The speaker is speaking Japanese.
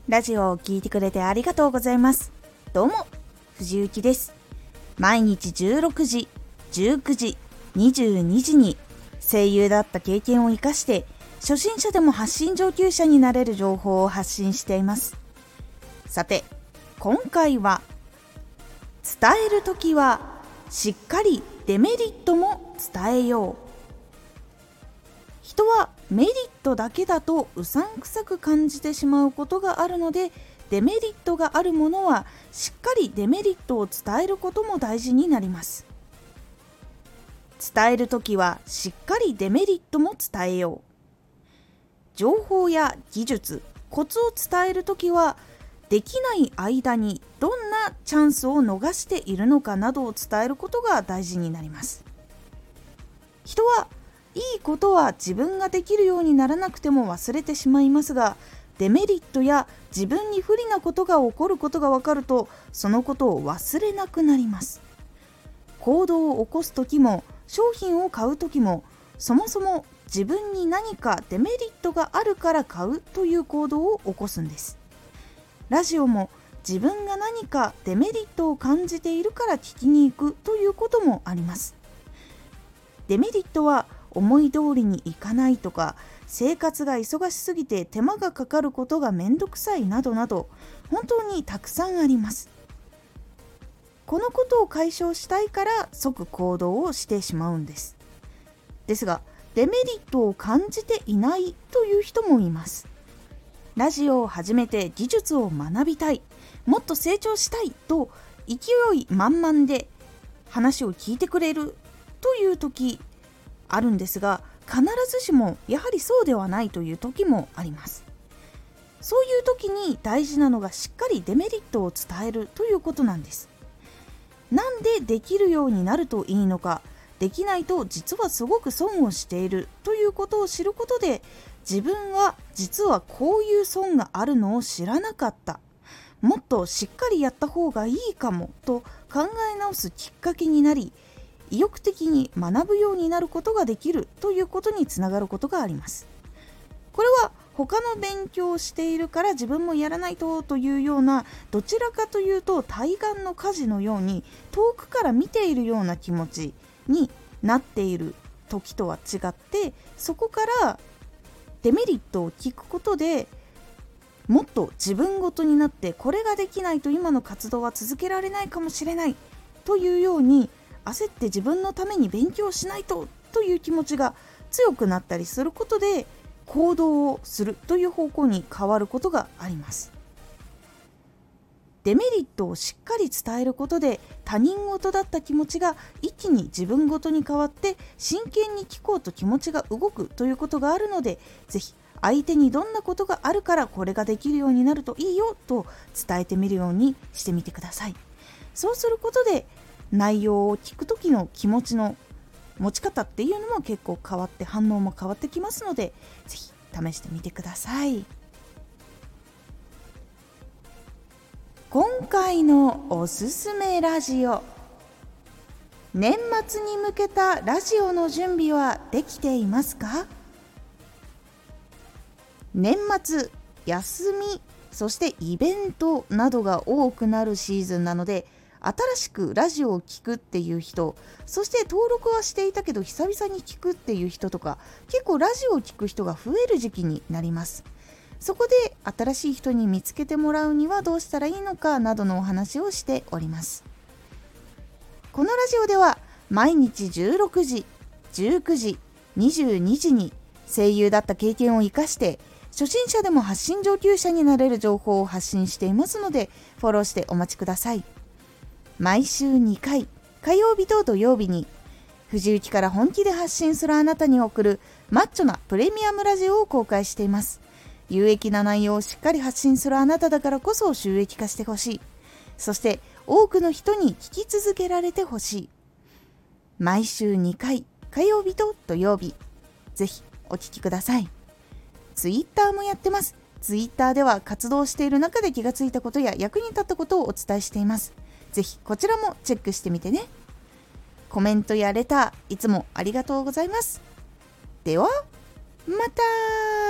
ラジオを聞いてくれてありがとうございます。どうも、藤幸です。毎日16時、19時、22時に声優だった経験を生かして初心者でも発信上級者になれる情報を発信しています。さて、今回は伝えるときはしっかりデメリットも伝えよう。人はメリットだけだとうさんくさく感じてしまうことがあるので、デメリットがあるものはしっかりデメリットを伝えることも大事になります。伝えるときはしっかりデメリットも伝えよう。情報や技術、コツを伝えるときはできない間にどんなチャンスを逃しているのかなどを伝えることが大事になります。人はいいことは自分ができるようにならなくても忘れてしまいますが、デメリットや自分に不利なことが起こることが分かると、そのことを忘れなくなります。行動を起こすときも商品を買うときも、そもそも自分に何かデメリットがあるから買うという行動を起こすんです。ラジオも自分が何かデメリットを感じているから聞きに行くということもあります。デメリットは思い通りにいかないとか、生活が忙しすぎて手間がかかることがめんどくさいなどなど、本当にたくさんあります。このことを解消したいから即行動をしてしまうんです。ですが、デメリットを感じていないという人もいます。ラジオを始めて技術を学びたい、もっと成長したいと勢い満々で話を聞いてくれるという時あるんですが、必ずしもやはりそうではないという時もあります。そういう時に大事なのがしっかりデメリットを伝えるということなんです。なんでできるようになるといいのか、できないと実はすごく損をしているということを知ることで、自分は実はこういう損があるのを知らなかった、もっとしっかりやった方がいいかもと考え直すきっかけになり、意欲的に学ぶようになることができるということにつながることがあります。これは他の勉強をしているから自分もやらないというような、どちらかというと対岸の火事のように遠くから見ているような気持ちになっている時とは違って、そこからデメリットを聞くことでもっと自分ごとになって、これができないと今の活動は続けられないかもしれないというように、焦って自分のために勉強しないという気持ちが強くなったりすることで、行動をするという方向に変わることがあります。デメリットをしっかり伝えることで、他人事だった気持ちが一気に自分ごとに変わって、真剣に聞こうと気持ちが動くということがあるので、ぜひ相手にどんなことがあるからこれができるようになるといいよと伝えてみるようにしてみてください。そうすることで内容を聞くときの気持ちの持ち方っていうのも結構変わって、反応も変わってきますので、ぜひ試してみてください。今回のおすすめラジオ、年末に向けたラジオの準備はできていますか？年末、休み、そしてイベントなどが多くなるシーズンなので、新しくラジオを聞くっていう人、そして登録はしていたけど久々に聞くっていう人とか、結構ラジオを聞く人が増える時期になります。そこで新しい人に見つけてもらうにはどうしたらいいのかなどのお話をしております。このラジオでは毎日16時、19時、22時に声優だった経験を生かして初心者でも発信上級者になれる情報を発信していますので、フォローしてお待ちください。毎週2回、火曜日と土曜日に藤雪から本気で発信するあなたに送るマッチョなプレミアムラジオを公開しています。有益な内容をしっかり発信するあなただからこそ収益化してほしい。そして多くの人に聞き続けられてほしい。毎週2回、火曜日と土曜日、ぜひお聞きください。ツイッターもやってます。ツイッターでは活動している中で気がついたことや役に立ったことをお伝えしています。ぜひこちらもチェックしてみてね。コメントやレターいつもありがとうございます。ではまた。